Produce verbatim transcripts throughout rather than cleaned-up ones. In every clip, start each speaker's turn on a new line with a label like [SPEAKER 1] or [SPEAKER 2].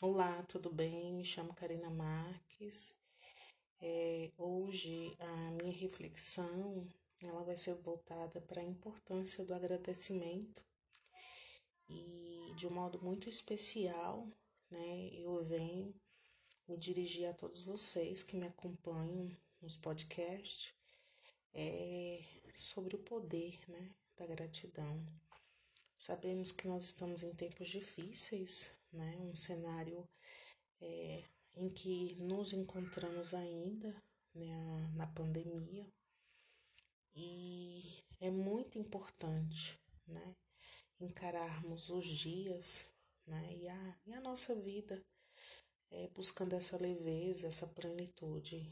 [SPEAKER 1] Olá, tudo bem? Me chamo Karina Marques. É, hoje a minha reflexão ela vai ser voltada para a importância do agradecimento e de um modo muito especial, né? Eu venho me dirigir a todos vocês que me acompanham nos podcasts é, sobre o poder, né, da gratidão. Sabemos que nós estamos em tempos difíceis, né? Um cenário é, em que nos encontramos ainda, né, na pandemia, e é muito importante, né, encararmos os dias, né, e a, e a nossa vida é, buscando essa leveza, essa plenitude.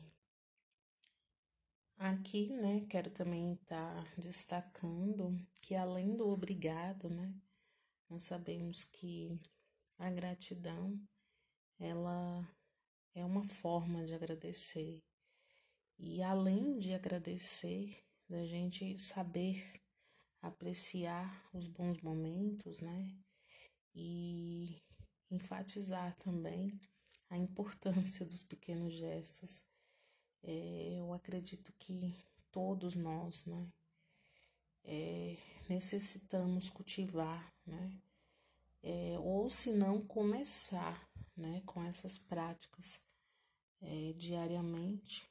[SPEAKER 1] Aqui, né, quero também estar destacando que além do obrigado, né, nós sabemos que a gratidão, ela é uma forma de agradecer. E além de agradecer, da gente saber apreciar os bons momentos, né? E enfatizar também a importância dos pequenos gestos. É, eu acredito que todos nós, né? É, necessitamos cultivar, né? É, ou se não começar, né? Com essas práticas é, diariamente.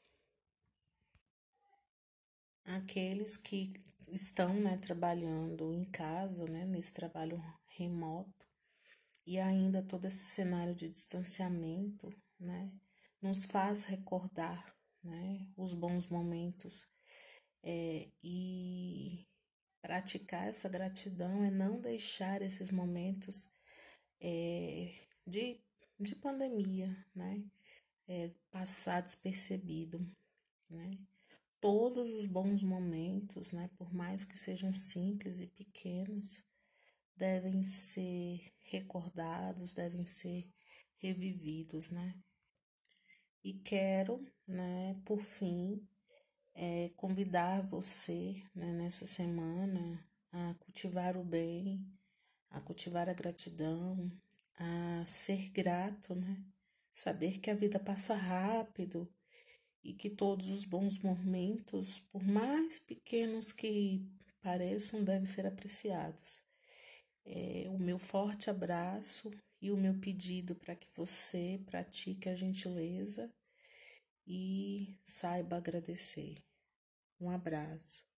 [SPEAKER 1] Aqueles que estão, né, trabalhando em casa, né, nesse trabalho remoto, e ainda todo esse cenário de distanciamento, né, nos faz recordar, né, os bons momentos é, e praticar essa gratidão é não deixar esses momentos é, de, de pandemia, né, é, passar despercebido, né. Todos os bons momentos, né, por mais que sejam simples e pequenos, devem ser recordados, devem ser revividos, né? E quero, né, por fim, é, convidar você, né, nessa semana a cultivar o bem, a cultivar a gratidão, a ser grato, né? Saber que a vida passa rápido e que todos os bons momentos, por mais pequenos que pareçam, devem ser apreciados. É, o meu forte abraço e o meu pedido para que você pratique a gentileza e saiba agradecer. Um abraço.